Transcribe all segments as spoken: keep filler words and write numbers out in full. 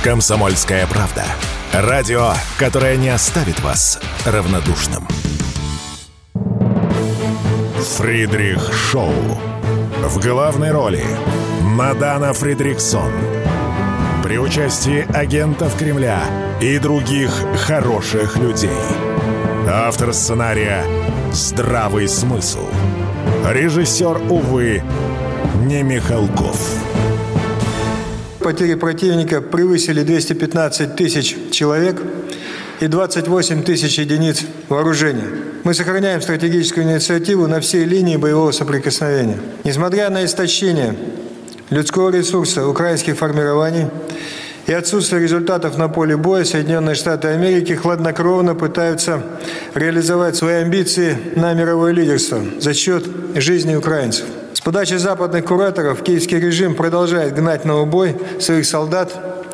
«Комсомольская правда». Радио, которое не оставит вас равнодушным. Фридрих Шоу. В главной роли Мадана Фридриксон. При участии агентов Кремля и других хороших людей. Автор сценария «Здравый смысл». Режиссер, увы, не Михалков. Потери противника превысили двести пятнадцать тысяч человек и двадцать восемь тысяч единиц вооружения. Мы сохраняем стратегическую инициативу на всей линии боевого соприкосновения. Несмотря на истощение людского ресурса украинских формирований и отсутствие результатов на поле боя, Соединенные Штаты Америки хладнокровно пытаются реализовать свои амбиции на мировое лидерство за счет жизни украинцев. С подачи западных кураторов киевский режим продолжает гнать на убой своих солдат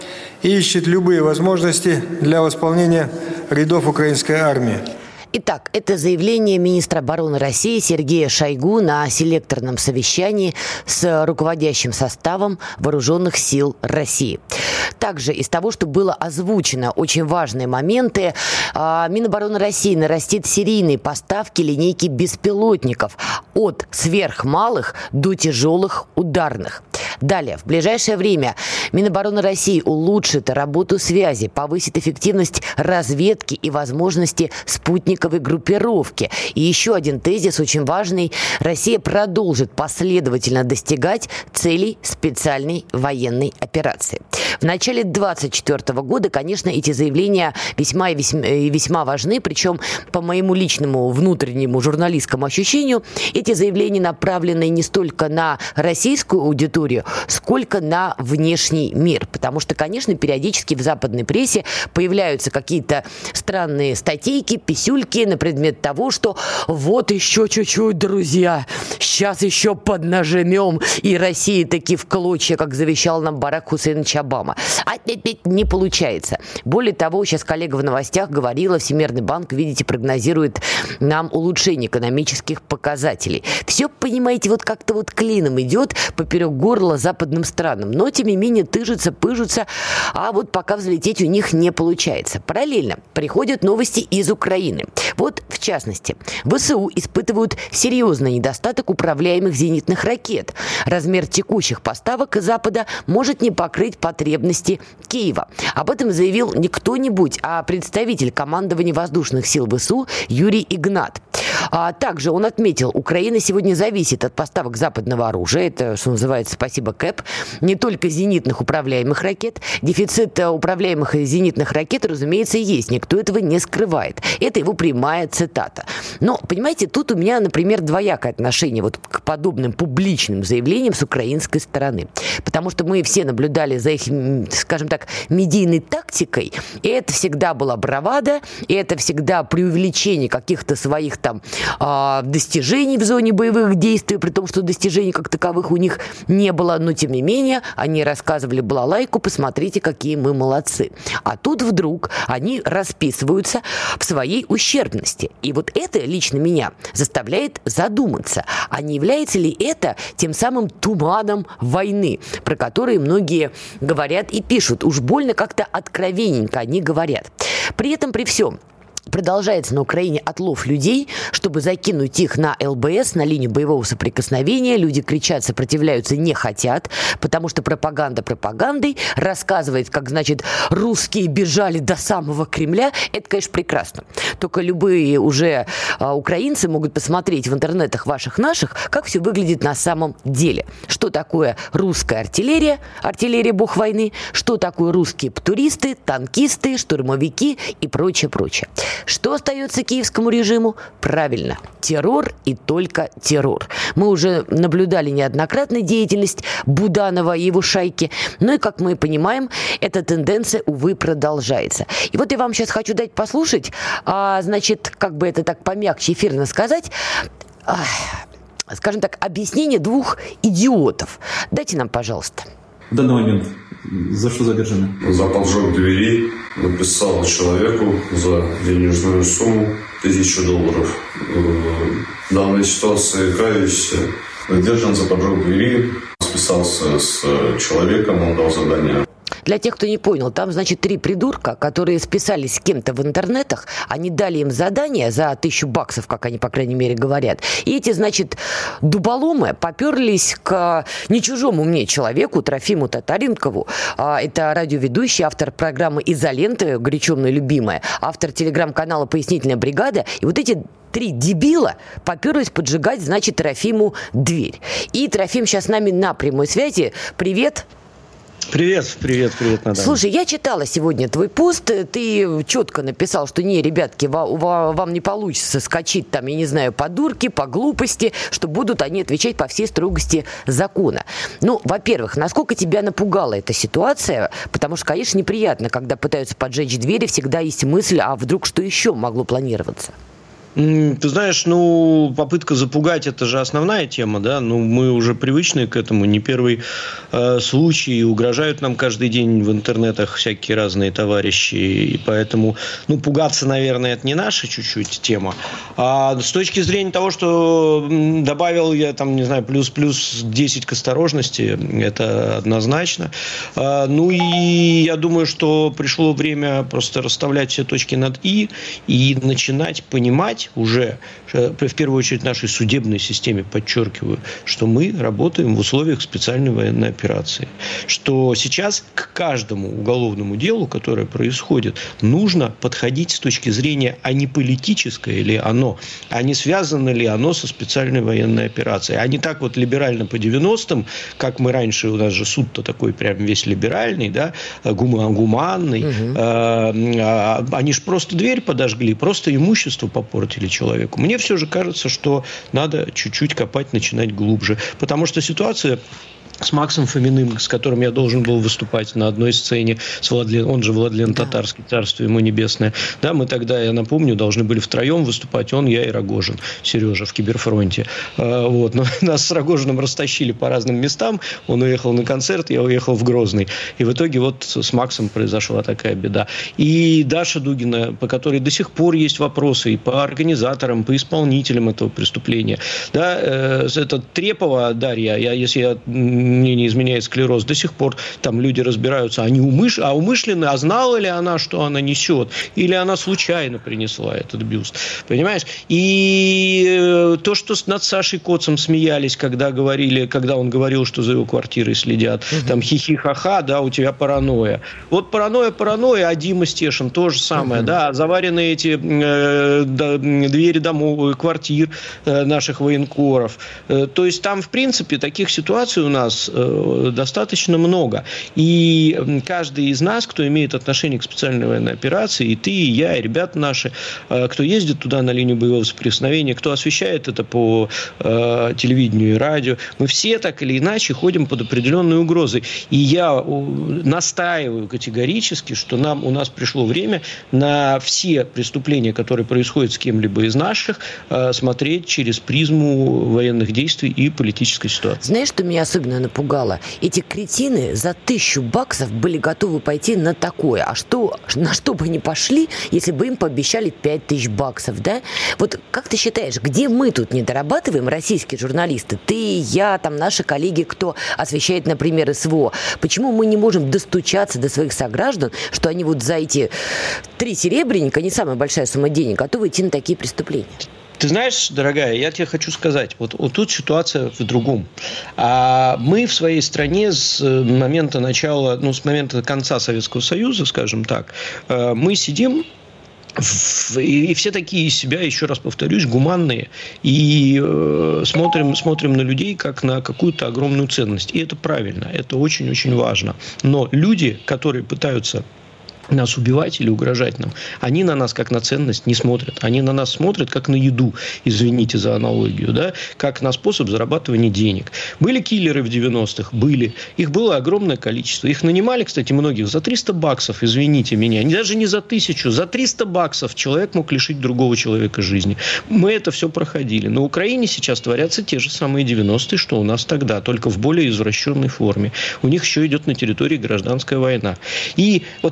и ищет любые возможности для восполнения рядов украинской армии. Итак, это заявление министра обороны России Сергея Шойгу на селекторном совещании с руководящим составом Вооруженных сил России. Также из того, что было озвучено, очень важные моменты. Минобороны России нарастит серийные поставки линейки беспилотников от сверхмалых до тяжелых ударных. Далее, в ближайшее время Минобороны России улучшит работу связи, повысит эффективность разведки и возможности спутниковой группировки. И еще один тезис очень важный. Россия продолжит последовательно достигать целей специальной военной операции. В начале двадцать четвёртого года, конечно, эти заявления весьма и весьма, и весьма важны. Причем, по моему личному внутреннему журналистскому ощущению, эти заявления направлены не столько на российскую аудиторию, сколько на внешний мир. Потому что, конечно, периодически в западной прессе появляются какие-то странные статейки, писюльки на предмет того, что вот еще чуть-чуть, друзья, сейчас еще поднажмем, и Россия таки в клочья, как завещал нам Барак Хусейнович Обама. А опять не получается. Более того, сейчас коллега в новостях говорила, Всемирный банк, видите, прогнозирует нам улучшение экономических показателей. Все, понимаете, вот как-то вот клином идет поперек горла западным странам. Но, тем не менее, тыжутся, пыжутся, а вот пока взлететь у них не получается. Параллельно приходят новости из Украины. Вот, в частности, ВСУ испытывают серьезный недостаток управляемых зенитных ракет. Размер текущих поставок из Запада может не покрыть потребности Киева. Об этом заявил не кто-нибудь, а представитель командования воздушных сил ВСУ Юрий Игнат. А также он отметил, Украина сегодня зависит от поставок западного оружия, это, что называется, спасибо КЭП, не только зенитных управляемых ракет. Дефицит управляемых зенитных ракет, разумеется, есть, никто этого не скрывает. Это его прямая цитата. Но, понимаете, тут у меня, например, двоякое отношение вот к подобным публичным заявлениям с украинской стороны. Потому что мы все наблюдали за их, скажем так, медийной тактикой, и это всегда была бравада, и это всегда преувеличение каких-то своих там достижений в зоне боевых действий, при том, что достижений как таковых у них не было, но тем не менее они рассказывали балалайку, посмотрите, какие мы молодцы. А тут вдруг они расписываются в своей ущербности. И вот это лично меня заставляет задуматься, а не является ли это тем самым туманом войны, про который многие говорят и пишут. Уж больно как-то откровенненько они говорят. При этом, при всем, продолжается на Украине отлов людей, чтобы закинуть их на ЛБС, на линию боевого соприкосновения. Люди кричат, сопротивляются, не хотят, потому что пропаганда пропагандой рассказывает, как, значит, русские бежали до самого Кремля. Это, конечно, прекрасно. Только любые уже а, украинцы могут посмотреть в интернетах ваших наших, как все выглядит на самом деле. Что такое русская артиллерия, артиллерия бог войны, что такое русские птуристы, танкисты, штурмовики и прочее, прочее. Что остается киевскому режиму? Правильно, террор и только террор. Мы уже наблюдали неоднократно деятельность Буданова и его шайки, но и, как мы понимаем, эта тенденция, увы, продолжается. И вот я вам сейчас хочу дать послушать, а, значит, как бы это так помягче эфирно сказать, ах, скажем так, объяснение двух идиотов. Дайте нам, пожалуйста. В данный момент за что задержаны? За поджог двери написал человеку за денежную сумму тысячу долларов. В данной ситуации каюсь. Задержан за поджог двери. Списался с человеком, он дал задание. Для тех, кто не понял, там, значит, три придурка, которые списались с кем-то в интернетах, они дали им задание за тысячу баксов, как они, по крайней мере, говорят. И эти, значит, дуболомы поперлись к не чужому мне человеку, Трофиму Татаренкову. Это радиоведущий, автор программы «Изоленты», горячо мной любимая, автор телеграм-канала «Пояснительная бригада». И вот эти три дебила поперлись поджигать, значит, Трофиму дверь. И Трофим сейчас с нами на прямой связи. Привет. Привет, привет, привет, Надя. Слушай, я читала сегодня твой пост, ты четко написал, что не, ребятки, вам не получится скачать там, я не знаю, по дурке, по глупости, что будут они отвечать по всей строгости закона. Ну, во-первых, насколько тебя напугала эта ситуация, потому что, конечно, неприятно, когда пытаются поджечь двери, всегда есть мысль, а вдруг что еще могло планироваться? Ты знаешь, ну, попытка запугать – это же основная тема, да, ну, мы уже привычны к этому, не первый э, случай, угрожают нам каждый день в интернетах всякие разные товарищи, и поэтому, ну, пугаться, наверное, это не наша чуть-чуть тема, а с точки зрения того, что добавил я, там, не знаю, плюс-плюс десять к осторожности, это однозначно, а, ну, и я думаю, что пришло время просто расставлять все точки над «и» и начинать понимать, уже, в первую очередь, в нашей судебной системе, подчеркиваю, что мы работаем в условиях специальной военной операции. Что сейчас к каждому уголовному делу, которое происходит, нужно подходить с точки зрения, а не политическое ли оно, а не связано ли оно со специальной военной операцией. А не так вот либерально по девяностым, как мы раньше, у нас же суд-то такой прям весь либеральный, да, гуманный. Угу. Они же просто дверь подожгли, просто имущество попортили человеку. Мне все же кажется, что надо чуть-чуть копать, начинать глубже. Потому что ситуация с Максом Фоминым, с которым я должен был выступать на одной сцене, с Владлен, он же Владлен да. Татарский, царство ему небесное. Да, мы тогда, я напомню, должны были втроем выступать, он, я и Рогожин, Сережа в Киберфронте. А, вот. Но нас с Рогожиным растащили по разным местам, он уехал на концерт, я уехал в Грозный. И в итоге вот с Максом произошла такая беда. И Даша Дугина, по которой до сих пор есть вопросы и по организаторам, по исполнителям этого преступления. Да, э, это Трепова Дарья, я, если я мне не изменяет склероз, до сих пор там люди разбираются, они умыш... а умышленно, а знала ли она, что она несет, или она случайно принесла этот бюст, понимаешь? И то, что над Сашей Коцем смеялись, когда говорили, когда он говорил, что за его квартирой следят, угу. там хихи-ха-ха, да, у тебя паранойя. Вот паранойя, паранойя, а Дима Стешин то же самое, угу. да, заварены эти э, да, двери домов, квартир э, наших военкоров. Э, то есть там, в принципе, таких ситуаций у нас достаточно много. И каждый из нас, кто имеет отношение к специальной военной операции, и ты, и я, и ребята наши, кто ездит туда на линию боевого соприкосновения, кто освещает это по э, телевидению и радио, мы все так или иначе ходим под определенной угрозой. И я настаиваю категорически, что нам, у нас пришло время на все преступления, которые происходят с кем-либо из наших, э, смотреть через призму военных действий и политической ситуации. Знаешь, что меня особенно напугало? Эти кретины за тысячу баксов были готовы пойти на такое. А что, на что бы они пошли, если бы им пообещали пять тысяч баксов, да? Вот как ты считаешь, где мы тут не дорабатываем, российские журналисты? Ты, я, там наши коллеги, кто освещает, например, СВО. Почему мы не можем достучаться до своих сограждан, что они вот за эти три серебряника, не самая большая сумма денег, готовы идти на такие преступления? Ты знаешь, дорогая, я тебе хочу сказать, вот, вот тут ситуация в другом. А мы в своей стране с момента начала, ну, с момента конца Советского Союза, скажем так, мы сидим и все такие из себя, еще раз повторюсь, гуманные, и смотрим, смотрим на людей как на какую-то огромную ценность. И это правильно, это очень-очень важно. Но люди, которые пытаются нас убивать или угрожать нам, они на нас как на ценность не смотрят. Они на нас смотрят как на еду, извините за аналогию, да, как на способ зарабатывания денег. Были киллеры в девяностых? Были. Их было огромное количество. Их нанимали, кстати, многих за триста баксов, извините меня. Даже не за тысячу, за триста баксов человек мог лишить другого человека жизни. Мы это все проходили. На Украине сейчас творятся те же самые девяностые, что у нас тогда, только в более извращенной форме. У них еще идет на территории гражданская война. И вот ты говоришь,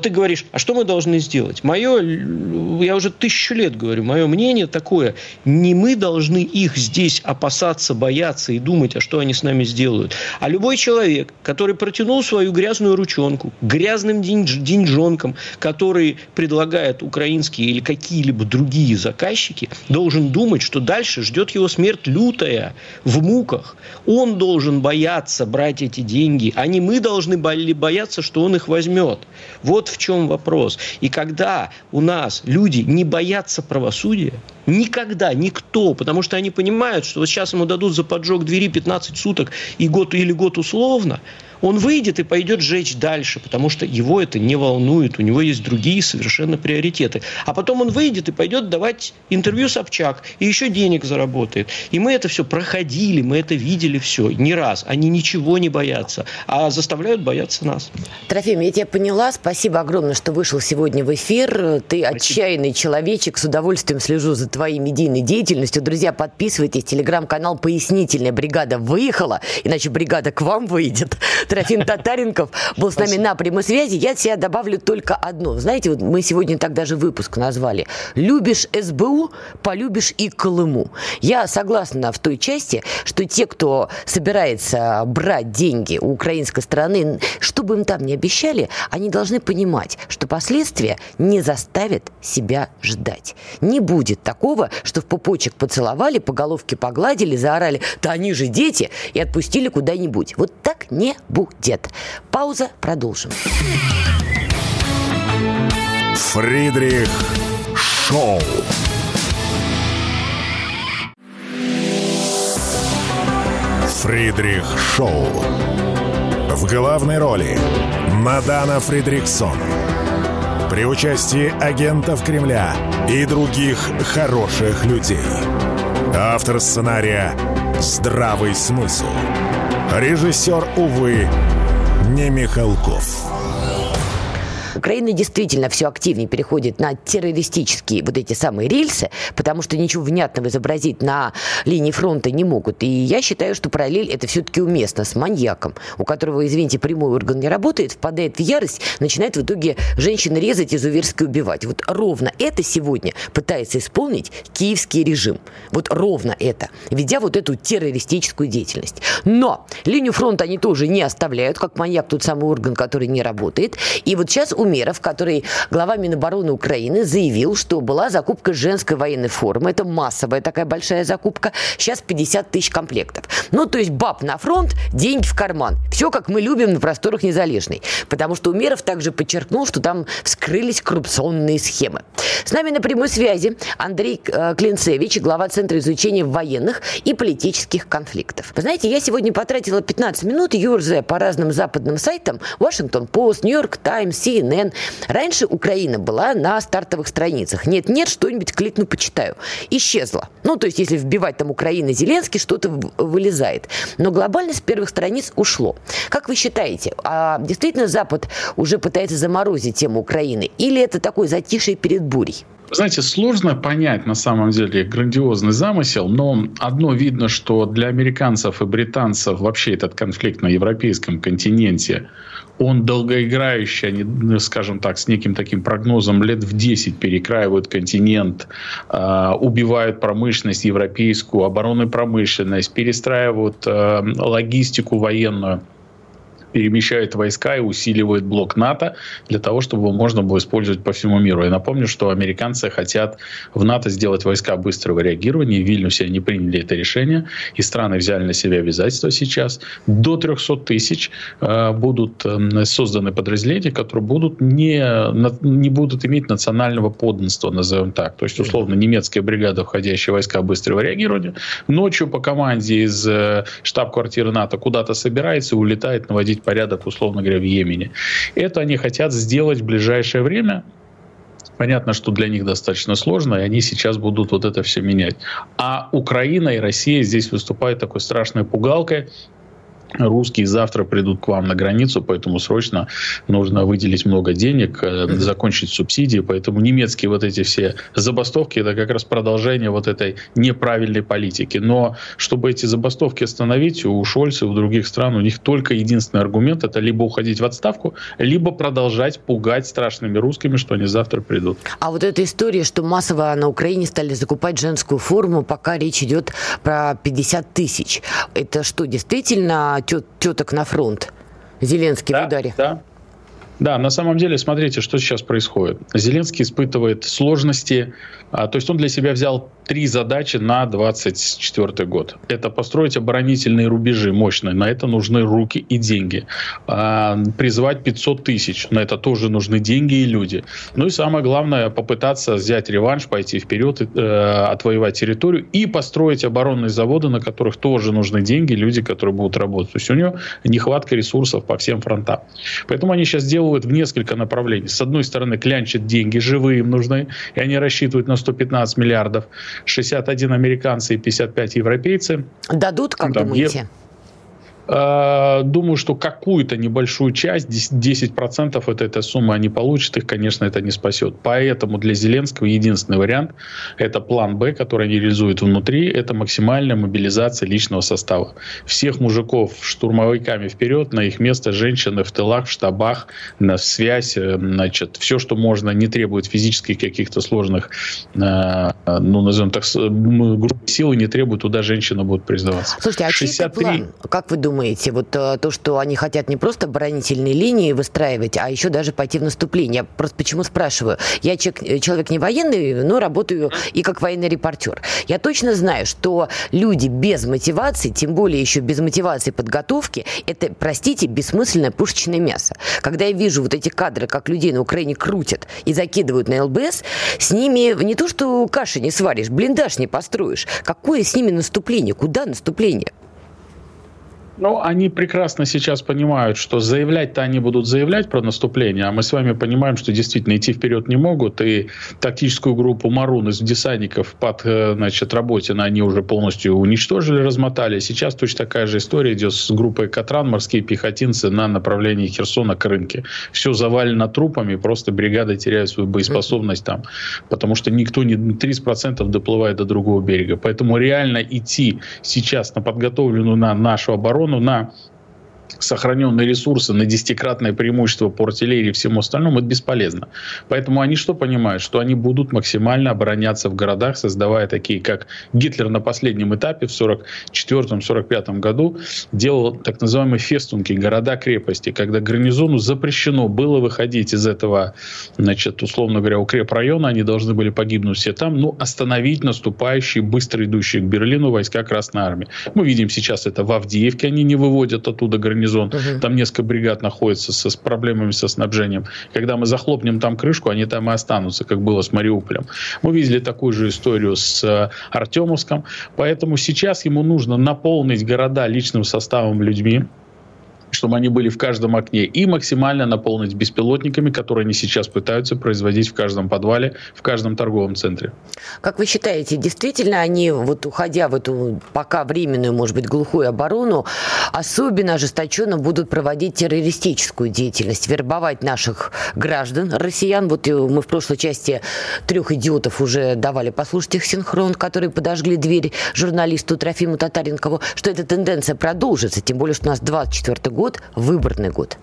говоришь, а что мы должны сделать? Мое, я уже тысячу лет говорю, мое мнение такое, не мы должны их здесь опасаться, бояться и думать, а что они с нами сделают. А любой человек, который протянул свою грязную ручонку грязным деньжонкам, которые предлагают украинские или какие-либо другие заказчики, должен думать, что дальше ждет его смерть лютая, в муках. Он должен бояться брать эти деньги, а не мы должны бояться, что он их возьмет. Вот в чем вопрос. И когда у нас люди не боятся правосудия, никогда, никто, потому что они понимают, что вот сейчас ему дадут за поджог двери пятнадцать суток и год или год условно, он выйдет и пойдет жечь дальше, потому что его это не волнует, у него есть другие совершенно приоритеты. А потом он выйдет и пойдет давать интервью Собчак, и еще денег заработает. И мы это все проходили, мы это видели все, не раз. Они ничего не боятся, а заставляют бояться нас. Трофим, я тебя поняла. Спасибо огромное, что вышел сегодня в эфир. Ты Спасибо. Отчаянный человечек. С удовольствием слежу за твоей медийной деятельностью. Друзья, подписывайтесь. Телеграм-канал «Пояснительная бригада» выехала, иначе бригада к вам выйдет. Трофим Татаренков был с нами на прямой связи. Я от себя добавлю только одно. Знаете, вот мы сегодня так даже выпуск назвали. Любишь эс бэ у, полюбишь и Колыму. Я согласна в той части, что те, кто собирается брать деньги у украинской стороны, что бы им там ни обещали, они должны понимать, что последствия не заставят себя ждать. Не будет такого, что в пупочек поцеловали, по головке погладили, заорали, да они же дети, и отпустили куда-нибудь. Вот так не будет. Будет. Пауза, продолжим. Фридрих Шоу. Фридрих Шоу. В главной роли Мадана Фридриксон. При участии агентов Кремля и других хороших людей. Автор сценария «Здравый смысл». Режиссер, увы, не Михалков. Украина действительно все активнее переходит на террористические вот эти самые рельсы, потому что ничего внятного изобразить на линии фронта не могут. И я считаю, что параллель это все-таки уместно с маньяком, у которого, извините, прямой орган не работает, впадает в ярость, начинает в итоге женщин резать и зверски убивать. Вот ровно это сегодня пытается исполнить киевский режим. Вот ровно это, ведя вот эту террористическую деятельность. Но линию фронта они тоже не оставляют, как маньяк тот самый орган, который не работает. И вот сейчас Умеров, который глава Минобороны Украины, заявил, что была закупка женской военной формы. Это массовая такая большая закупка. Сейчас пятьдесят тысяч комплектов. Ну, то есть баб на фронт, деньги в карман. Все, как мы любим на просторах Незалежной. Потому что Умеров также подчеркнул, что там вскрылись коррупционные схемы. С нами на прямой связи Андрей Клинцевич, глава Центра изучения военных и политических конфликтов. Вы знаете, я сегодня потратила пятнадцать минут, ерзая по разным западным сайтам, Washington Post, New York Times, си эн эн. Раньше Украина была на стартовых страницах. Нет-нет, что-нибудь кликну, почитаю. Исчезла. Ну, то есть, если вбивать там Украина, Зеленский, что-то вылезает. Но глобально с первых страниц ушло. Как вы считаете, а действительно Запад уже пытается заморозить тему Украины? Или это такой затишье перед бурей? Знаете, сложно понять на самом деле грандиозный замысел, но одно видно, что для американцев и британцев вообще этот конфликт на европейском континенте, он долгоиграющий, они, скажем так, с неким таким прогнозом лет в десять перекраивают континент, э, убивают промышленность европейскую, оборонную промышленность, перестраивают э, логистику военную, перемещают войска и усиливают блок НАТО для того, чтобы его можно было использовать по всему миру. Я напомню, что американцы хотят в НАТО сделать войска быстрого реагирования. В Вильнюсе они приняли это решение, и страны взяли на себя обязательства сейчас. До трехсот тысяч э, будут э, созданы подразделения, которые будут не, не будут иметь национального подданства, назовем так. То есть, условно, немецкая бригада, входящая в войска быстрого реагирования, ночью по команде из э, штаб-квартиры НАТО куда-то собирается и улетает наводить порядок, условно говоря, в Йемене. Это они хотят сделать в ближайшее время. Понятно, что для них достаточно сложно, и они сейчас будут вот это все менять. А Украина и Россия здесь выступают такой страшной пугалкой, русские завтра придут к вам на границу, поэтому срочно нужно выделить много денег, mm-hmm. закончить субсидии. Поэтому немецкие вот эти все забастовки – это как раз продолжение вот этой неправильной политики. Но чтобы эти забастовки остановить, у Шольца и у других стран, у них только единственный аргумент – это либо уходить в отставку, либо продолжать пугать страшными русскими, что они завтра придут. А вот эта история, что массово на Украине стали закупать женскую форму, пока речь идет про пятьдесят тысяч. Это что, действительно тет, теток на фронт? Зеленский да, в ударе. Да. Да, на самом деле, смотрите, что сейчас происходит. Зеленский испытывает сложности, а, то есть он для себя взял три задачи на двадцать четвёртый год. Это построить оборонительные рубежи мощные, на это нужны руки и деньги. А, призвать пятьсот тысяч, на это тоже нужны деньги и люди. Ну и самое главное, попытаться взять реванш, пойти вперед, э, отвоевать территорию и построить оборонные заводы, на которых тоже нужны деньги, люди, которые будут работать. То есть у него нехватка ресурсов по всем фронтам. Поэтому они сейчас делают в несколько направлений. С одной стороны, клянчат деньги, живые им нужны, и они рассчитывают на сто пятнадцать миллиардов. шестьдесят один американцы и пятьдесят пять европейцы. Дадут, как Там, думаете? Думаю, что какую-то небольшую часть, десять процентов от этой суммы они получат, их, конечно, это не спасет. Поэтому для Зеленского единственный вариант – это план «Б», который они реализуют внутри, это максимальная мобилизация личного состава. Всех мужиков штурмовиками вперед, на их место женщины в тылах, в штабах, на связь, значит, все, что можно, не требует физических каких-то сложных, ну, назовем так, групп силы, не требует, туда женщины будут призываться. Слушайте, а шестьдесят три... чей это план? Как вы думаете? Думаете, вот то, что они хотят не просто оборонительные линии выстраивать, а еще даже пойти в наступление? Я просто почему спрашиваю? Я человек, человек не военный, но работаю и как военный репортер. Я точно знаю, что люди без мотивации, тем более еще без мотивации подготовки, это, простите, бессмысленное пушечное мясо. Когда я вижу вот эти кадры, как людей на Украине крутят и закидывают на эл бэ эс, с ними не то, что каши не сваришь, блиндаж не построишь. Какое с ними наступление? Куда наступление? Ну, они прекрасно сейчас понимают, что заявлять-то они будут заявлять про наступление, а мы с вами понимаем, что действительно идти вперед не могут, и тактическую группу «Марун» из десантников под, значит, Работино они уже полностью уничтожили, размотали. Сейчас точно такая же история идет с группой «Катран», морские пехотинцы на направлении Херсона к рынке. Все завалено трупами, просто бригада теряет свою боеспособность там, потому что никто, не тридцать процентов доплывает до другого берега. Поэтому реально идти сейчас на подготовленную на нашу оборону, на сохраненные ресурсы, на десятикратное преимущество по артиллерии и всему остальному, это бесполезно. Поэтому они что понимают? Что они будут максимально обороняться в городах, создавая такие, как Гитлер на последнем этапе в сорок четвёртом — сорок пятом году делал так называемые фестунки, города-крепости, когда гарнизону запрещено было выходить из этого, значит, условно говоря, укрепрайона, они должны были погибнуть все там, ну, остановить наступающие, быстро идущие к Берлину войска Красной Армии. Мы видим сейчас это в Авдеевке, они не выводят оттуда гарнизон. Uh-huh. Там несколько бригад находится со, с проблемами со снабжением. Когда мы захлопнем там крышку, они там и останутся, как было с Мариуполем. Мы видели такую же историю с э, Артемовском. Поэтому сейчас ему нужно наполнить города личным составом, людьми, чтобы они были в каждом окне, и максимально наполнить беспилотниками, которые они сейчас пытаются производить в каждом подвале, в каждом торговом центре. Как вы считаете, действительно они, вот уходя в эту пока временную, может быть, глухую оборону, особенно ожесточенно будут проводить террористическую деятельность, вербовать наших граждан, россиян? Вот мы в прошлой части трех идиотов уже давали послушать их синхрон, которые подожгли дверь журналисту Трофиму Татаренкову, что эта тенденция продолжится, тем более, что у нас двадцать четвёртый год, выборный год.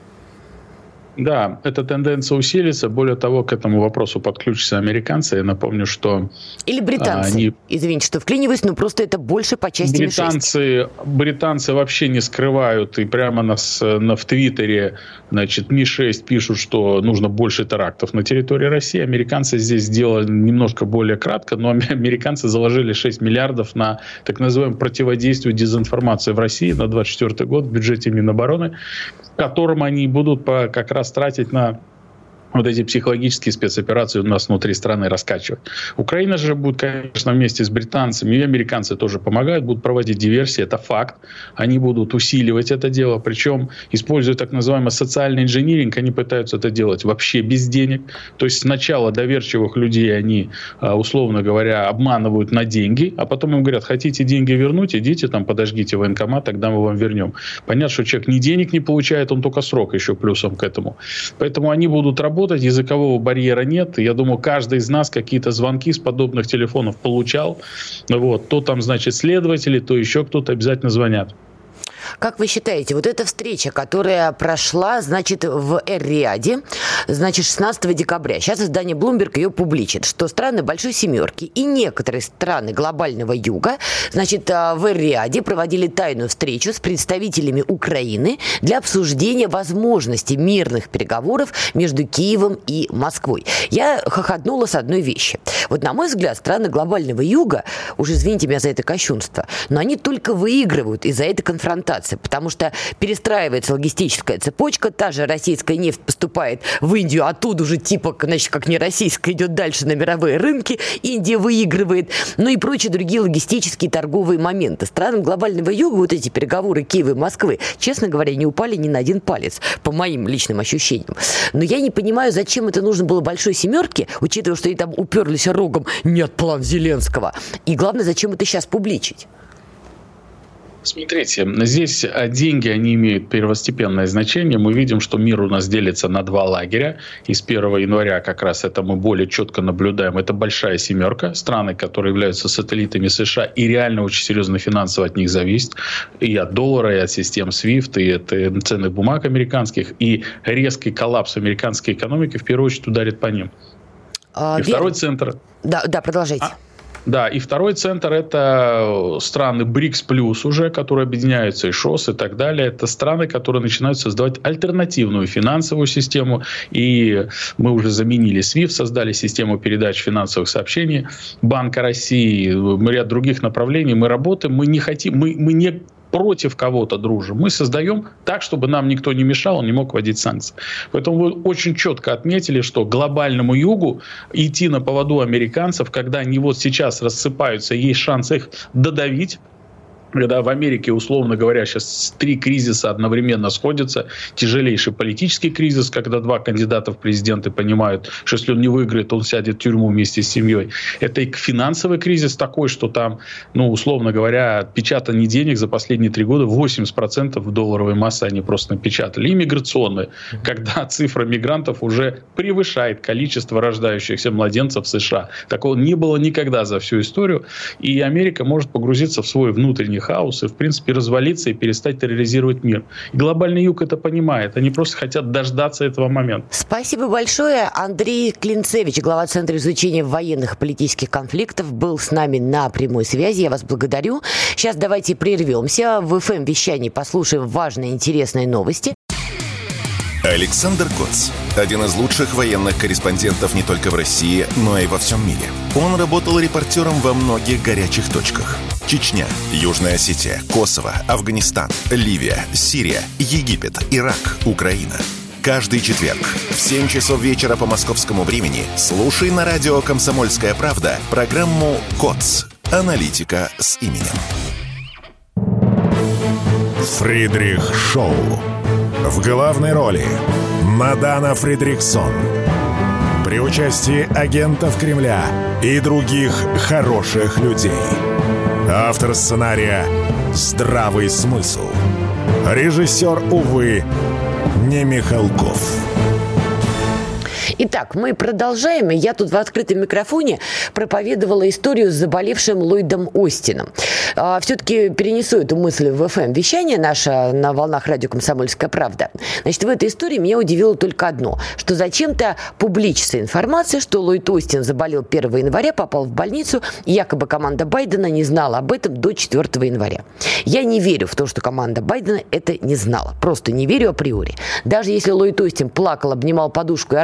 Да, эта тенденция усилится. Более того, к этому вопросу подключатся американцы. Я напомню, что... Или британцы. Они... Извините, что вклиниваюсь, но просто это больше по части британцы, Ми шесть. Британцы вообще не скрывают. И прямо на, на, в Твиттере, значит, Ми шесть пишут, что нужно больше терактов на территории России. Американцы здесь сделали немножко более кратко, но американцы заложили шесть миллиардов на так называемое противодействие дезинформации в России на двадцать четвёртый год в бюджете Минобороны, которым они будут по, как раз тратить на вот эти психологические спецоперации у нас внутри страны раскачивать. Украина же будет, конечно, вместе с британцами, и американцы тоже помогают, будут проводить диверсии, это факт. Они будут усиливать это дело, причем, используя так называемый социальный инжиниринг, они пытаются это делать вообще без денег. То есть сначала доверчивых людей они, условно говоря, обманывают на деньги, а потом им говорят, хотите деньги вернуть, идите там, подожгите военкомат, тогда мы вам вернем. Понятно, что человек ни денег не получает, он только срок еще плюсом к этому. Поэтому они будут работать. Языкового барьера нет. Я думаю, каждый из нас какие-то звонки с подобных телефонов получал. Вот. То там, значит, следователи, то еще кто-то обязательно звонят. Как вы считаете, вот эта встреча, которая прошла, значит, в Эр-Рияде, значит, шестнадцатого декабря, сейчас издание Bloomberg ее публичит, что страны Большой Семерки и некоторые страны глобального юга, значит, в Эр-Рияде проводили тайную встречу с представителями Украины для обсуждения возможности мирных переговоров между Киевом и Москвой. Я хохотнула с одной вещи. Вот, на мой взгляд, страны глобального юга, уж извините меня за это кощунство, но они только выигрывают из-за этой конфронтации. Потому что перестраивается логистическая цепочка, та же российская нефть поступает в Индию, оттуда уже типа, значит, как не российская, идет дальше на мировые рынки, Индия выигрывает, ну и прочие другие логистические торговые моменты. Странам глобального юга вот эти переговоры Киева и Москвы, честно говоря, не упали ни на один палец, по моим личным ощущениям. Но я не понимаю, зачем это нужно было Большой Семерке, учитывая, что они там уперлись рогом, нет план Зеленского. И главное, зачем это сейчас публичить? Смотрите, здесь деньги, они имеют первостепенное значение. Мы видим, что мир у нас делится на два лагеря. И с первого января как раз это мы более четко наблюдаем. Это большая семерка, страны, которые являются сателлитами США и реально очень серьезно финансово от них зависит. И от доллара, и от систем свифт, и от ценных бумаг американских. И резкий коллапс американской экономики в первую очередь ударит по ним. А, и верно. Второй центр... Да, да, продолжайте. А? Да, и второй центр – это страны БРИКС плюс уже, которые объединяются, и ШОС и так далее. Это страны, которые начинают создавать альтернативную финансовую систему. И мы уже заменили свифт, создали систему передач финансовых сообщений Банка России, ряд других направлений. Мы работаем, мы не хотим, мы, мы не... против кого-то дружим. Мы создаем так, чтобы нам никто не мешал, не мог вводить санкции. Поэтому вы очень четко отметили, что глобальному югу идти на поводу американцев, когда они вот сейчас рассыпаются, есть шанс их додавить. Когда в Америке, условно говоря, сейчас три кризиса одновременно сходятся. Тяжелейший политический кризис, когда два кандидата в президенты понимают, что если он не выиграет, он сядет в тюрьму вместе с семьей. Это и финансовый кризис такой, что там, ну, условно говоря, отпечатанных денег за последние три года восемьдесят процентов долларовой массы они просто напечатали. И миграционный, когда цифра мигрантов уже превышает количество рождающихся младенцев в США. Такого не было никогда за всю историю. И Америка может погрузиться в свой внутренний хаос и, в принципе, развалиться и перестать терроризировать мир. И глобальный юг это понимает. Они просто хотят дождаться этого момента. Спасибо большое. Андрей Клинцевич, глава Центра изучения военных и политических конфликтов, был с нами на прямой связи. Я вас благодарю. Сейчас давайте прервемся. В эф эм-вещании послушаем важные, интересные новости. Александр Коц. Один из лучших военных корреспондентов не только в России, но и во всем мире. Он работал репортером во многих горячих точках. Чечня, Южная Осетия, Косово, Афганистан, Ливия, Сирия, Египет, Ирак, Украина. Каждый четверг в семь часов вечера по московскому времени слушай на радио «Комсомольская правда» программу «Коц. Аналитика с именем». Фридрих Шоу. В главной роли Мадана Фридрихсон. При участии агентов Кремля и других хороших людей. Автор сценария «Здравый смысл». Режиссер, увы, не Михалков. Итак, мы продолжаем. Я тут в открытом микрофоне проповедовала историю с заболевшим Ллойдом Остином. А, все-таки перенесу эту мысль в эф эм-вещание наше на волнах радио «Комсомольская правда». Значит, в этой истории меня удивило только одно, что зачем-то публичится информация, что Ллойд Остин заболел первого января, попал в больницу, и якобы команда Байдена не знала об этом до четвёртого января. Я не верю в то, что команда Байдена это не знала. Просто не верю априори. Даже если Ллойд Остин плакал, обнимал подушку и орал: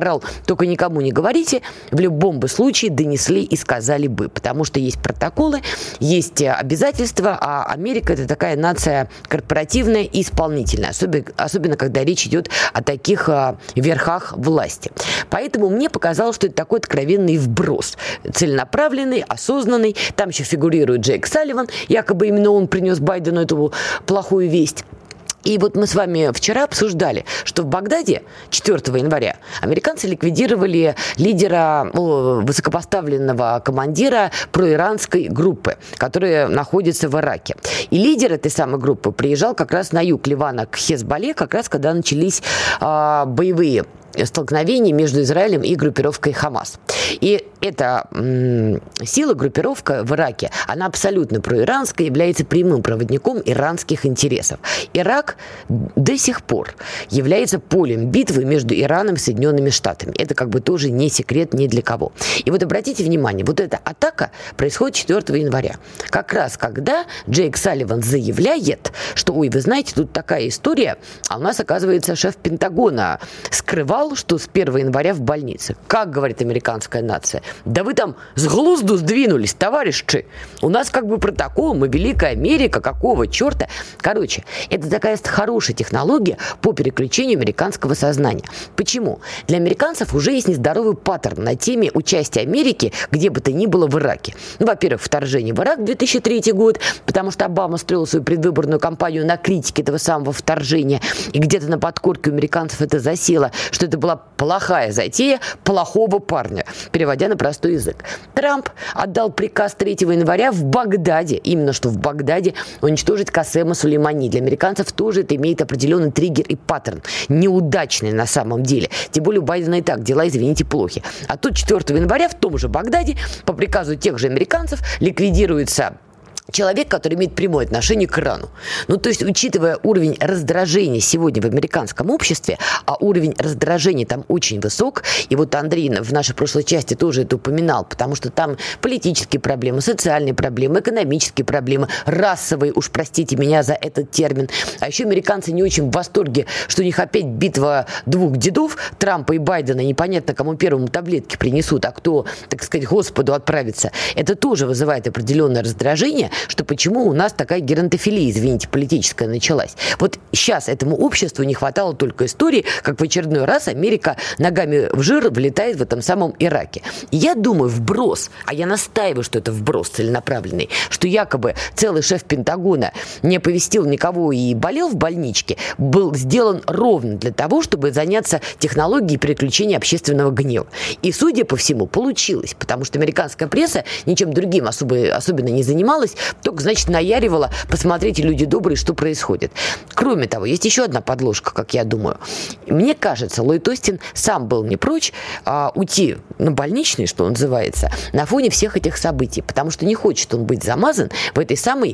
только никому не говорите, в любом бы случае донесли и сказали бы, потому что есть протоколы, есть обязательства, а Америка – это такая нация корпоративная и исполнительная, особенно, особенно когда речь идет о таких а, верхах власти. Поэтому мне показалось, что это такой откровенный вброс, целенаправленный, осознанный. Там еще фигурирует Джейк Салливан, якобы именно он принес Байдену эту плохую весть. И вот мы с вами вчера обсуждали, что в Багдаде четвёртого января американцы ликвидировали лидера, высокопоставленного командира проиранской группы, которая находится в Ираке. И лидер этой самой группы приезжал как раз на юг Ливана к Хезболле, как раз когда начались а, боевые столкновений между Израилем и группировкой Хамас. И эта м- сила, группировка в Ираке, она абсолютно проиранская, является прямым проводником иранских интересов. Ирак до сих пор является полем битвы между Ираном и Соединенными Штатами. Это как бы тоже не секрет ни для кого. И вот обратите внимание, вот эта атака происходит четвёртого января. Как раз когда Джейк Салливан заявляет, что, ой, вы знаете, тут такая история, а у нас, оказывается, шеф Пентагона скрывал, что с первого января в больнице. Как говорит американская нация? Да вы там с глузду сдвинулись, товарищи. У нас как бы протокол, мы Великая Америка, какого черта? Короче, это такая хорошая технология по переключению американского сознания. Почему? Для американцев уже есть нездоровый паттерн на теме участия Америки, где бы то ни было в Ираке. Ну, во-первых, вторжение в Ирак две тысячи третий год, потому что Обама строил свою предвыборную кампанию на критике этого самого вторжения, и где-то на подкорке у американцев это засело, что это была плохая затея плохого парня, переводя на простой язык. Трамп отдал приказ третьего января в Багдаде, именно что в Багдаде, уничтожить Касема Сулеймани. Для американцев тоже это имеет определенный триггер и паттерн. Неудачный на самом деле. Тем более у Байдена и так дела, извините, плохи. А тут четвёртого января в том же Багдаде по приказу тех же американцев ликвидируется человек, который имеет прямое отношение к Ирану. Ну, то есть, учитывая уровень раздражения сегодня в американском обществе, а уровень раздражения там очень высок, и вот Андрей в нашей прошлой части тоже это упоминал, потому что там политические проблемы, социальные проблемы, экономические проблемы, расовые, уж простите меня за этот термин. А еще американцы не очень в восторге, что у них опять битва двух дедов, Трампа и Байдена, непонятно, кому первому таблетки принесут, а кто, так сказать, Господу отправится. Это тоже вызывает определенное раздражение, что почему у нас такая геронтофилия, извините, политическая началась. Вот сейчас этому обществу не хватало только истории, как в очередной раз Америка ногами в жир влетает в этом самом Ираке. И я думаю, вброс, а я настаиваю, что это вброс целенаправленный, что якобы целый шеф Пентагона не оповестил никого и болел в больничке, был сделан ровно для того, чтобы заняться технологией переключения общественного гнева. И, судя по всему, получилось, потому что американская пресса ничем другим особо, особенно не занималась, только, значит, наяривала, посмотрите, люди добрые, что происходит. Кроме того, есть еще одна подложка, как я думаю. Мне кажется, Ллойд Остин сам был не прочь а, уйти на больничный, что называется, на фоне всех этих событий, потому что не хочет он быть замазан в этой самой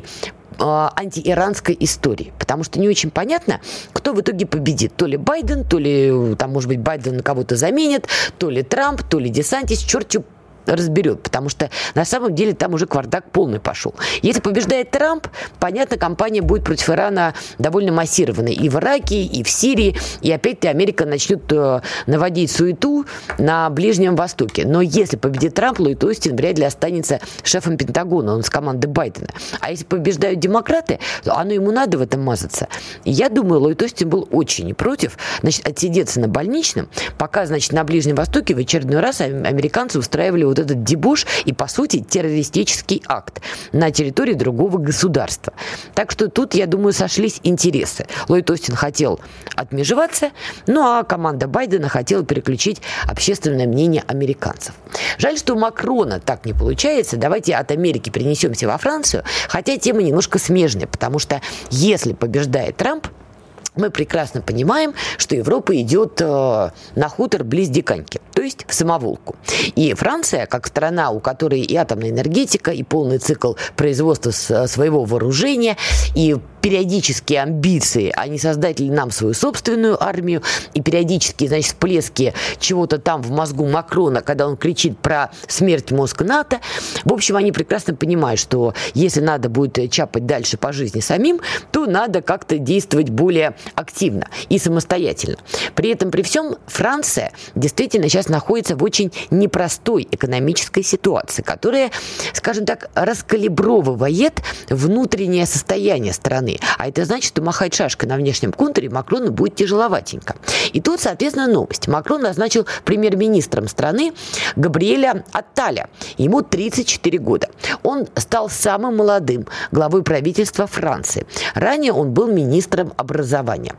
антииранской истории. Потому что не очень понятно, кто в итоге победит. То ли Байден, то ли, там, может быть, Байден кого-то заменит, то ли Трамп, то ли Десантис, черт его разберет, потому что на самом деле там уже квардак полный пошел. Если побеждает Трамп, понятно, кампания будет против Ирана довольно массированной и в Ираке, и в Сирии, и опять-таки Америка начнет э, наводить суету на Ближнем Востоке. Но если победит Трамп, Ллойд Остин вряд ли останется шефом Пентагона, он с команды Байдена. А если побеждают демократы, то оно ему надо в этом мазаться. И я думаю, Ллойд Остин был очень не против, значит, отсидеться на больничном, пока, значит, на Ближнем Востоке в очередной раз американцы устраивали вот этот дебош и, по сути, террористический акт на территории другого государства. Так что тут, я думаю, сошлись интересы. Ллойд Остин хотел отмежеваться, ну а команда Байдена хотела переключить общественное мнение американцев. Жаль, что у Макрона так не получается. Давайте от Америки перенесемся во Францию, хотя тема немножко смежная, потому что если побеждает Трамп, мы прекрасно понимаем, что Европа идет э, на хутор близ Диканьки, то есть в самоволку. И Франция, как страна, у которой и атомная энергетика, и полный цикл производства с, своего вооружения, и периодические амбиции, а не создать ли нам свою собственную армию, и периодические, значит, всплески чего-то там в мозгу Макрона, когда он кричит про смерть мозг НАТО. В общем, они прекрасно понимают, что если надо будет чапать дальше по жизни самим, то надо как-то действовать более активно и самостоятельно. При этом, при всем, Франция действительно сейчас находится в очень непростой экономической ситуации, которая, скажем так, раскалибровывает внутреннее состояние страны. А это значит, что махать шашкой на внешнем контуре Макрону будет тяжеловатенько. И тут, соответственно, новость. Макрон назначил премьер-министром страны Габриэля Атталя. Ему тридцать четыре года. Он стал самым молодым главой правительства Франции. Ранее он был министром образования.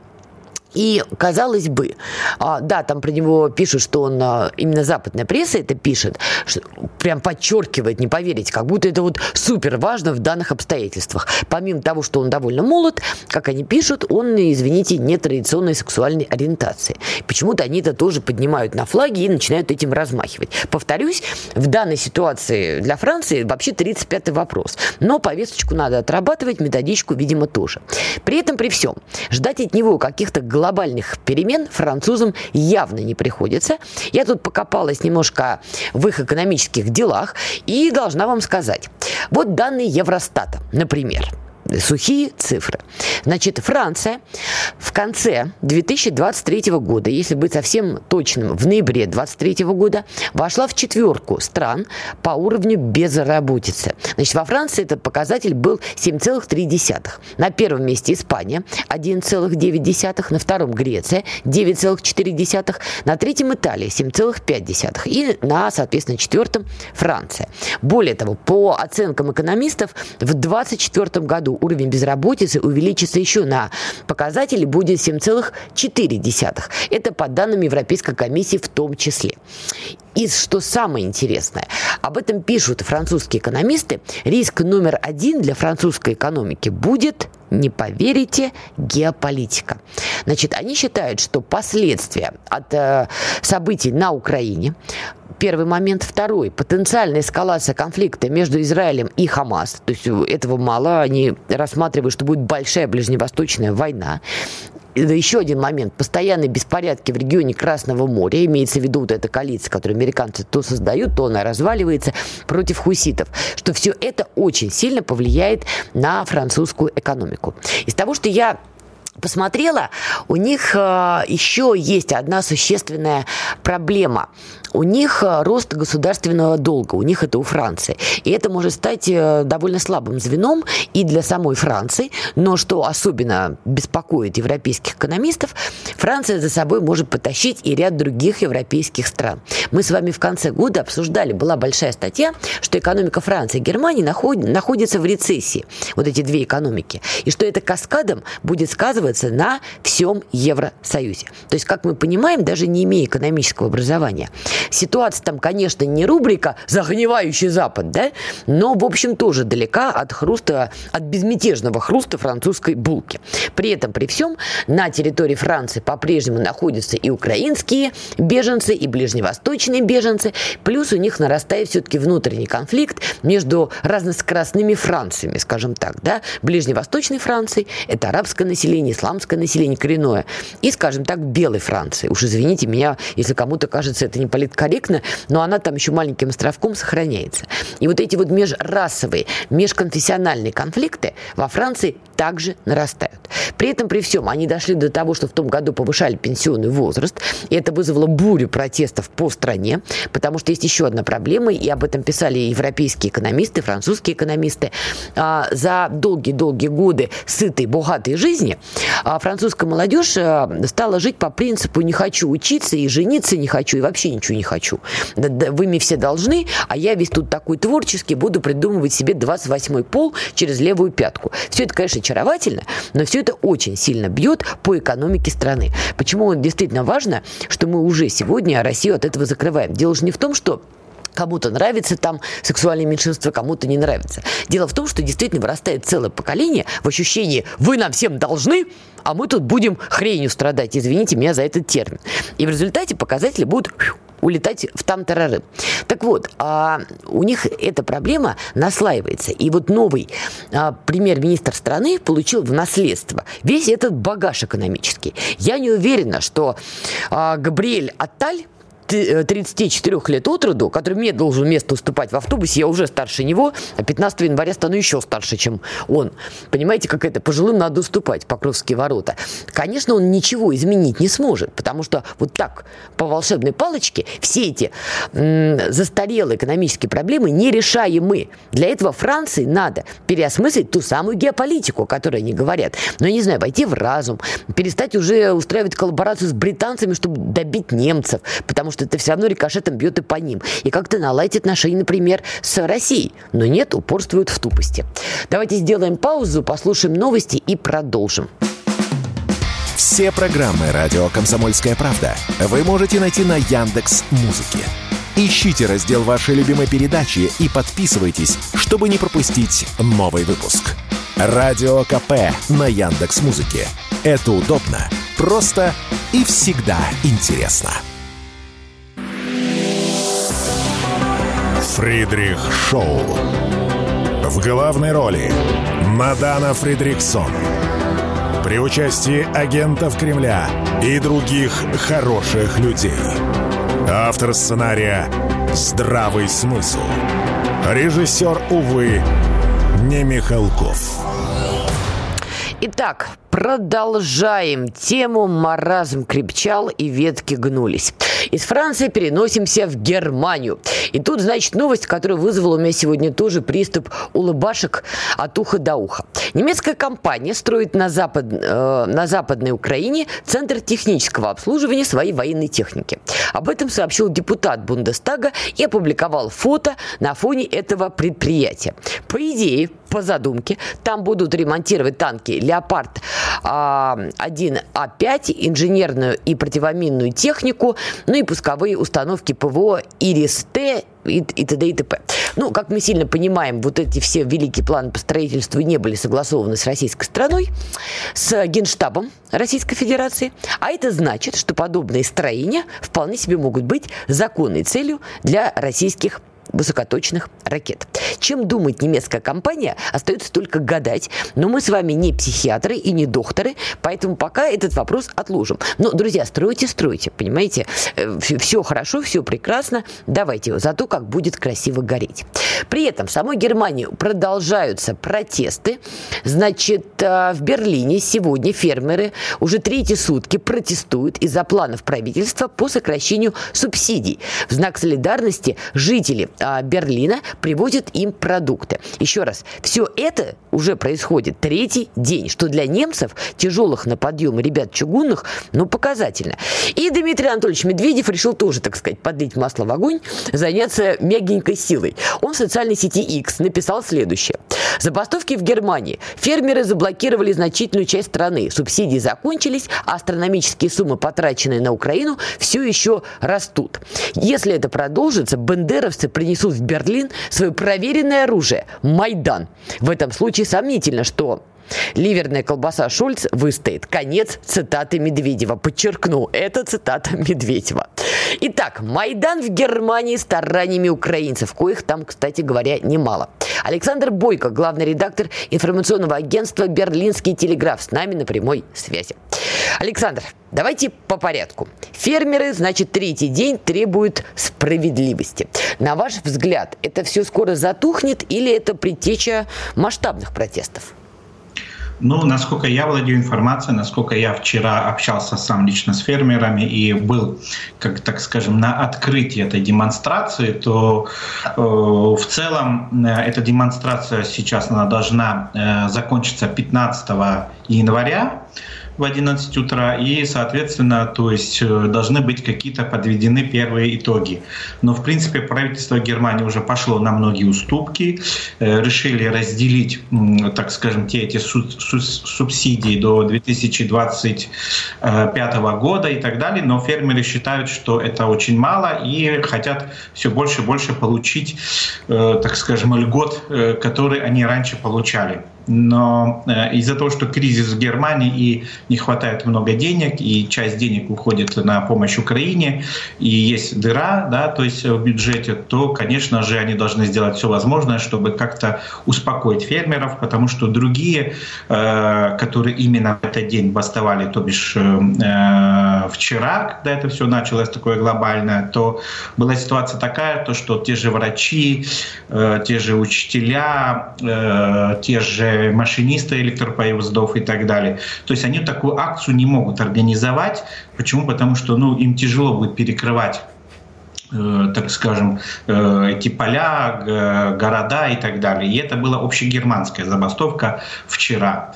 И, казалось бы, да, там про него пишут, что он, именно западная пресса это пишет, прям подчеркивает, не поверите, как будто это вот супер важно в данных обстоятельствах. Помимо того, что он довольно молод, как они пишут, он, извините, нетрадиционной сексуальной ориентации. Почему-то они это тоже поднимают на флаге и начинают этим размахивать. Повторюсь, в данной ситуации для Франции вообще тридцать пятый вопрос. Но повесточку надо отрабатывать, методичку, видимо, тоже. При этом, при всем, ждать от него каких-то глобальных глобальных перемен французам явно не приходится. Я тут покопалась немножко в их экономических делах и должна вам сказать. Вот данные Евростата, например. Сухие цифры. Значит, Франция в конце две тысячи двадцать третьего года, если быть совсем точным, в ноябре две тысячи двадцать третьего года, вошла в четверку стран по уровню безработицы. Значит, во Франции этот показатель был семь целых три десятых. На первом месте Испания один целых девять десятых, на втором Греция девять целых четыре десятых, на третьем Италия семь целых пять десятых и на, соответственно, четвертом Франция. Более того, по оценкам экономистов, в двадцать четвёртом году уровень безработицы увеличится еще на показатели, будет семь целых четыре десятых. Это по данным Европейской комиссии в том числе. И что самое интересное, об этом пишут французские экономисты, риск номер один для французской экономики будет, не поверите, геополитика. Значит, они считают, что последствия от э, событий на Украине, первый момент. Второй. Потенциальная эскалация конфликта между Израилем и Хамас. То есть этого мало. Они рассматривают, что будет большая ближневосточная война. Еще один момент. Постоянные беспорядки в регионе Красного моря. Имеется в виду вот эта коалиция, которую американцы то создают, то она разваливается против хуситов. Что все это очень сильно повлияет на французскую экономику. Из того, что я посмотрела, у них э, еще есть одна существенная проблема. У них рост государственного долга, у них это у Франции. И это может стать довольно слабым звеном и для самой Франции. Но что особенно беспокоит европейских экономистов, Франция за собой может потащить и ряд других европейских стран. Мы с вами в конце года обсуждали, была большая статья, что экономика Франции и Германии наход, находится в рецессии. Вот эти две экономики. И что это каскадом будет сказываться на всем Евросоюзе. То есть, как мы понимаем, даже не имея экономического образования, ситуация там, конечно, не рубрика «Загнивающий Запад», да, но, в общем, тоже далека от хруста, от безмятежного хруста французской булки. При этом, при всем, на территории Франции по-прежнему находятся и украинские беженцы, и ближневосточные беженцы, плюс у них нарастает все-таки внутренний конфликт между разноскоростными Франциями, скажем так, да, ближневосточной Франции, это арабское население, исламское население коренное, и, скажем так, белой Франции. Уж извините меня, если кому-то кажется это не политкорректно, но она там еще маленьким островком сохраняется. И вот эти вот межрасовые, межконфессиональные конфликты во Франции также нарастают. При этом, при всем, они дошли до того, что в том году повышали пенсионный возраст, и это вызвало бурю протестов по стране, потому что есть еще одна проблема, и об этом писали европейские экономисты, французские экономисты. За долгие-долгие годы сытой, богатой жизни французская молодежь стала жить по принципу «не хочу учиться, и жениться не хочу, и вообще ничего не хочу. Вы мне все должны, а я весь тут такой творческий, буду придумывать себе двадцать восьмой пол через левую пятку». Все это, конечно, очаровательно, но все это очень сильно бьет по экономике страны. Почему действительно важно, что мы уже сегодня Россию от этого закрываем? Дело же не в том, что кому-то нравится там сексуальное меньшинство, кому-то не нравится. Дело в том, что действительно вырастает целое поколение в ощущении «вы нам всем должны, а мы тут будем хренью страдать». Извините меня за этот термин. И в результате показатели будут улетать в там-тарары. Так вот, а, у них эта проблема наслаивается. И вот новый а, премьер-министр страны получил в наследство весь этот багаж экономический. Я не уверена, что а, Габриэль Атталь тридцати четырёх лет от роду, который мне должен место уступать в автобусе, я уже старше него, а пятнадцатого января стану еще старше, чем он. Понимаете, как это? Пожилым надо уступать, Покровские ворота. Конечно, он ничего изменить не сможет, потому что вот так, по волшебной палочке, все эти м- застарелые экономические проблемы нерешаемы. Для этого Франции надо переосмыслить ту самую геополитику, о которой они говорят. Но, я не знаю, войти в разум, перестать уже устраивать коллаборацию с британцами, чтобы добить немцев, потому что это все равно рикошетом бьет и по ним. И как-то наладить отношения, например, с Россией. Но нет, упорствуют в тупости. Давайте сделаем паузу, послушаем новости и продолжим. Все программы «Радио Комсомольская правда» вы можете найти на Яндекс.Музыке. Ищите раздел вашей любимой передачи и подписывайтесь, чтобы не пропустить новый выпуск. Радио КП на Яндекс.Музыке. Это удобно, просто и всегда интересно. Фридрих Шоу. В главной роли Мадана Фридриксон. При участии агентов Кремля и других хороших людей. Автор сценария «Здравый смысл». Режиссер, увы, не Михалков. Итак, продолжаем тему «Маразм крепчал и ветки гнулись». Из Франции переносимся в Германию. И тут, значит, новость, которая вызвала у меня сегодня тоже приступ улыбашек от уха до уха. Немецкая компания строит на, запад, э, на Западной Украине центр технического обслуживания своей военной техники. Об этом сообщил депутат Бундестага и опубликовал фото на фоне этого предприятия. По идее, по задумке, там будут ремонтировать танки «Леопард один А пять», инженерную и противоминную технику, ну и пусковые установки ПВО «Ирис-Т» и, и т.д. и т.п. Ну, как мы сильно понимаем, вот эти все великие планы по строительству не были согласованы с российской стороной, с Генштабом Российской Федерации. А это значит, что подобные строения вполне себе могут быть законной целью для российских высокоточных ракет. Чем думает немецкая компания, остается только гадать. Но мы с вами не психиатры и не докторы, поэтому пока этот вопрос отложим. Но, друзья, стройте, стройте, понимаете? Все хорошо, все прекрасно. Давайте, зато как будет красиво гореть. При этом в самой Германии продолжаются протесты. Значит, в Берлине сегодня фермеры уже третьи сутки протестуют из-за планов правительства по сокращению субсидий. В знак солидарности жители Берлина привозят им продукты. Еще раз, все это уже происходит третий день, что для немцев, тяжелых на подъем ребят чугунных, ну, показательно. И Дмитрий Анатольевич Медведев решил тоже, так сказать, подлить масло в огонь, заняться мягенькой силой. Он в социальной сети X написал следующее. Забастовки в Германии. Фермеры заблокировали значительную часть страны. Субсидии закончились, а астрономические суммы, потраченные на Украину, все еще растут. Если это продолжится, бандеровцы принесут в Берлин свое проверенное оружие – Майдан. В этом случае сомнительно, что ливерная колбаса Шольц выстоит. Конец цитаты Медведева. Подчеркну, это цитата Медведева. Итак, Майдан в Германии стараниями украинцев, коих там, кстати говоря, немало. Александр Бойко, главный редактор информационного агентства «Берлинский телеграф», с нами на прямой связи. Александр, давайте по порядку. Фермеры, значит, третий день требуют справедливости. На ваш взгляд, это все скоро затухнет или это предтеча масштабных протестов? Ну, насколько я владею информацией, насколько я вчера общался сам лично с фермерами и был, как так скажем, на открытии этой демонстрации, то э, в целом э, эта демонстрация сейчас она должна э, закончиться пятнадцатого января в одиннадцать утра, и, соответственно, то есть должны быть какие-то подведены первые итоги. Но, в принципе, правительство Германии уже пошло на многие уступки, э, решили разделить, э, так скажем, те эти су- су- субсидии до две тысячи двадцать пятого года и так далее, но фермеры считают, что это очень мало и хотят все больше и больше получить, э, так скажем, льгот, э, которые они раньше получали. Но из-за того, что кризис в Германии и не хватает много денег, и часть денег уходит на помощь Украине, и есть дыра, да, то есть в бюджете, то, конечно же, они должны сделать все возможное, чтобы как-то успокоить фермеров, потому что другие, которые именно в этот день бастовали, то бишь вчера, когда это все началось такое глобальное, то была ситуация такая, то, что те же врачи, те же учителя, те же машинисты электропоездов и так далее. То есть они такую акцию не могут организовать. Почему? Потому что ну, им тяжело будет перекрывать, э, так скажем, э, эти поля, г- города и так далее. И это была общегерманская забастовка вчера.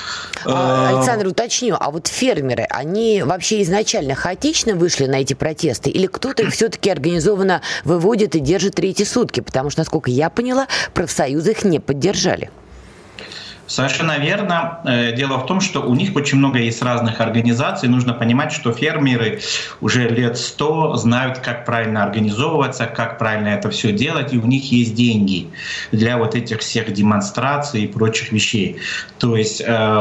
Александр, уточню, а вот фермеры, они вообще изначально хаотично вышли на эти протесты, или кто-то их все-таки организованно выводит и держит третьи сутки? Потому что, насколько я поняла, профсоюзы их не поддержали. Совершенно верно. Дело в том, что у них очень много есть разных организаций. Нужно понимать, что фермеры уже лет сто знают, как правильно организовываться, как правильно это все делать, и у них есть деньги для вот этих всех демонстраций и прочих вещей. То есть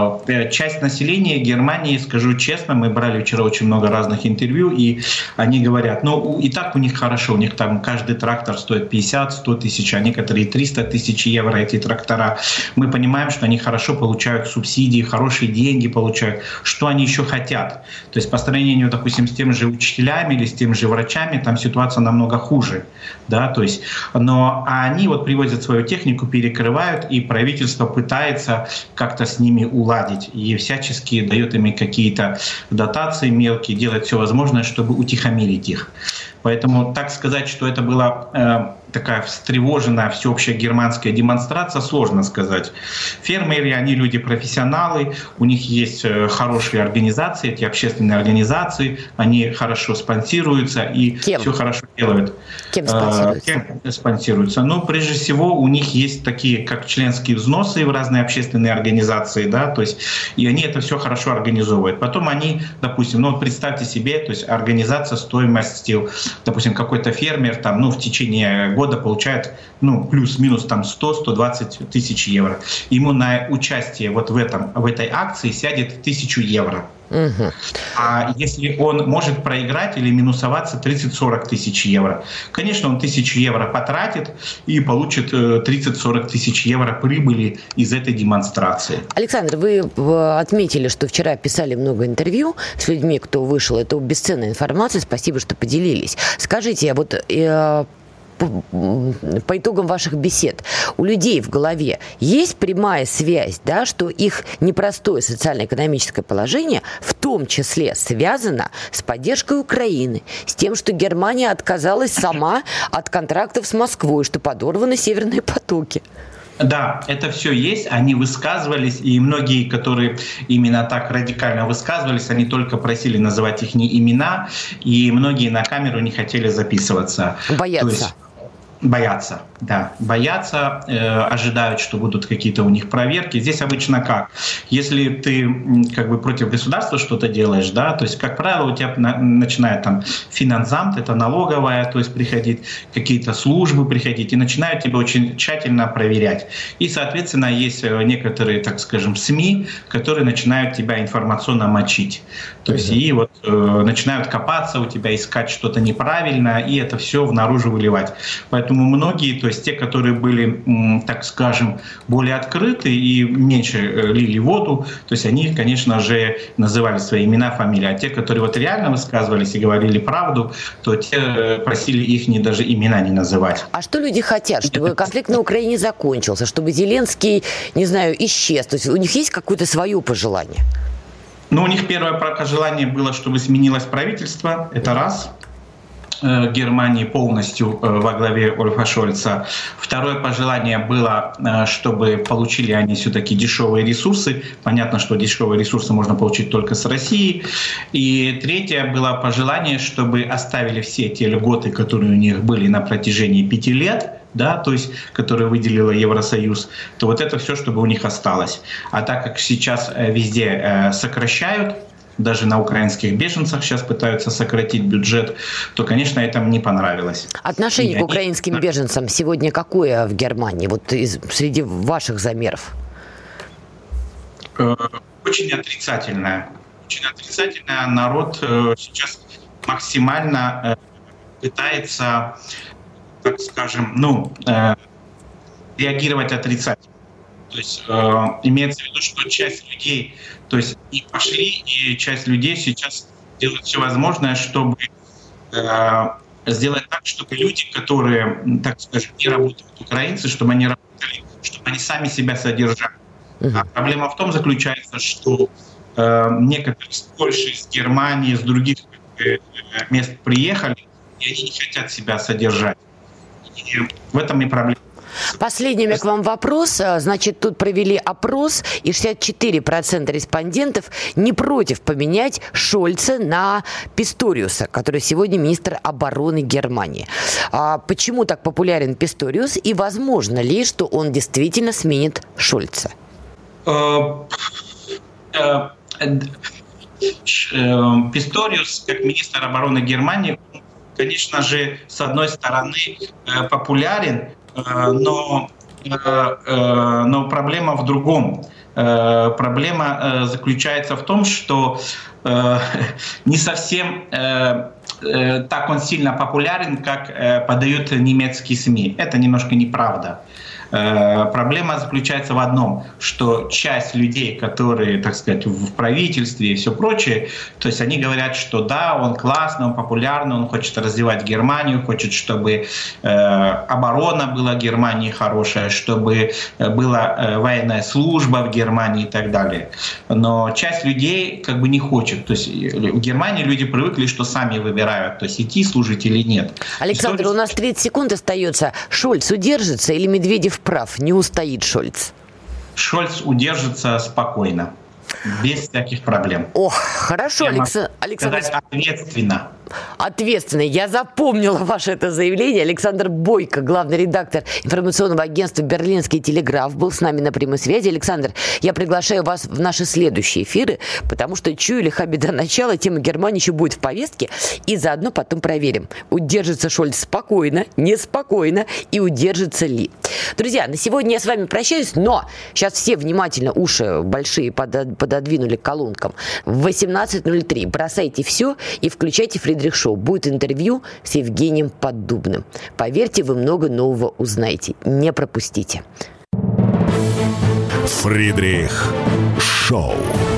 часть населения Германии, скажу честно, мы брали вчера очень много разных интервью, и они говорят, ну и так у них хорошо, у них там каждый трактор стоит пятьдесят-сто тысяч, а некоторые триста тысяч евро эти трактора. Мы понимаем, что они хорошо получают субсидии, хорошие деньги получают. Что они еще хотят? То есть по сравнению, допустим, с теми же учителями или с теми же врачами, там ситуация намного хуже. Да? То есть, но они вот привозят свою технику, перекрывают, и правительство пытается как-то с ними уладить. И всячески дает им какие-то дотации мелкие, делает все возможное, чтобы утихомирить их. Поэтому так сказать, что это была э, такая встревоженная всеобщая германская демонстрация, сложно сказать. Фермеры, они люди профессионалы, у них есть э, хорошие организации, эти общественные организации, они хорошо спонсируются и Кем? все хорошо делают. Кем спонсируются? Э, кем спонсируются? Ну, прежде всего, у них есть такие, как членские взносы в разные общественные организации, да, то есть, и они это все хорошо организовывают. Потом они, допустим, ну, вот представьте себе, то есть организация стоимостью, допустим, какой-то фермер там, ну, в течение года получает ну, плюс-минус там сто - сто двадцать тысяч евро. Ему на участие вот в, этом, в этой акции сядет тысячу евро. Угу. А если он может проиграть или минусоваться тридцать-сорок тысяч евро, конечно, он тысячу евро потратит и получит тридцать-сорок тысяч евро прибыли из этой демонстрации. Александр, вы отметили, что вчера писали много интервью с людьми, кто вышел. Это бесценная информация. Спасибо, что поделились. Скажите, вот э, по, по итогам ваших бесед у людей в голове есть прямая связь, да, что их непростое социально-экономическое положение в том числе связано с поддержкой Украины, с тем, что Германия отказалась сама от контрактов с Москвой, что подорваны северные потоки? Да, это все есть, они высказывались, и многие, которые именно так радикально высказывались, они только просили называть их не имена, и многие на камеру не хотели записываться. Боятся. Боятся, да, боятся, э, ожидают, что будут какие-то у них проверки. Здесь обычно как? Если ты как бы против государства что-то делаешь, да, то есть, как правило, у тебя на, начинает там финансамт, это налоговая, то есть приходить, какие-то службы приходить, и начинают тебя очень тщательно проверять. И, соответственно, есть некоторые, так скажем, СМИ, которые начинают тебя информационно мочить. То есть, и вот э, начинают копаться у тебя, искать что-то неправильное, и это все внаружи выливать. Поэтому Поэтому многие, то есть те, которые были, так скажем, более открыты и меньше лили воду, то есть они, конечно же, называли свои имена, фамилии. А те, которые вот реально высказывались и говорили правду, то те просили их не, даже имена не называть. А что люди хотят? Чтобы конфликт на Украине закончился, чтобы Зеленский, не знаю, исчез? То есть у них есть какое-то свое пожелание? Ну, у них первое пожелание было, чтобы сменилось правительство. Это раз. Германии полностью во главе Ольфа Шольца. Второе пожелание было, чтобы получили они все-таки дешевые ресурсы. Понятно, что дешевые ресурсы можно получить только с России. И третье было пожелание, чтобы оставили все те льготы, которые у них были на протяжении пяти лет, да, то есть, которые выделила Евросоюз, то вот это все, чтобы у них осталось. А так как сейчас везде сокращают, даже на украинских беженцах сейчас пытаются сократить бюджет, то, конечно, это мне не понравилось. Отношение к украинским беженцам сегодня какое в Германии, вот из, среди ваших замеров? Очень отрицательная. Очень отрицательная. Народ сейчас максимально пытается, так скажем, ну, реагировать отрицательно. То есть э, имеется в виду, что часть людей, то есть и пошли, и часть людей сейчас делают все возможное, чтобы э, сделать так, чтобы люди, которые, так скажем, не работают, украинцы, чтобы они работали, чтобы они сами себя содержали. Uh-huh. А проблема в том заключается, что э, некоторые с Польши, с Германии, с других э, мест приехали, и они не хотят себя содержать. И в этом и проблема. Последний у меня к вам вопрос. Значит, тут провели опрос, и шестьдесят четыре процента респондентов не против поменять Шольца на Писториуса, который сегодня министр обороны Германии. А почему так популярен Писториус, и возможно ли, что он действительно сменит Шольца? Писториус, как министр обороны Германии, конечно же, с одной стороны популярен, но, но проблема в другом. Проблема заключается в том, что не совсем так он сильно популярен, как подают немецкие СМИ. Это немножко неправда. Проблема заключается в одном, что часть людей, которые, так сказать, в правительстве и все прочее, то есть они говорят, что да, он классный, он популярный, он хочет развивать Германию, хочет, чтобы э, оборона была в Германии хорошая, чтобы была э, военная служба в Германии и так далее. Но часть людей как бы не хочет. То есть в Германии люди привыкли, что сами выбирают, то есть идти служить или нет. Александр, История... у нас тридцать секунд остается. Шольц удержится или Медведев прав, не устоит Шольц? Шольц удержится спокойно, без всяких проблем. Ох, хорошо, Алекс... Александр. Ответственно. Ответственно. Я запомнила ваше это заявление. Александр Бойко, главный редактор информационного агентства «Берлинский телеграф», был с нами на прямой связи. Александр, я приглашаю вас в наши следующие эфиры, потому что, чую, лиха беда начала, тема Германии еще будет в повестке, и заодно потом проверим, удержится Шольц спокойно, неспокойно, и удержится ли. Друзья, на сегодня я с вами прощаюсь, но сейчас все внимательно уши большие пододвинули к колонкам. В восемнадцать ноль три бросайте все и включайте Фридрих Шоу. Будет интервью с Евгением Поддубным. Поверьте, вы много нового узнаете. Не пропустите. Фридрих Шоу.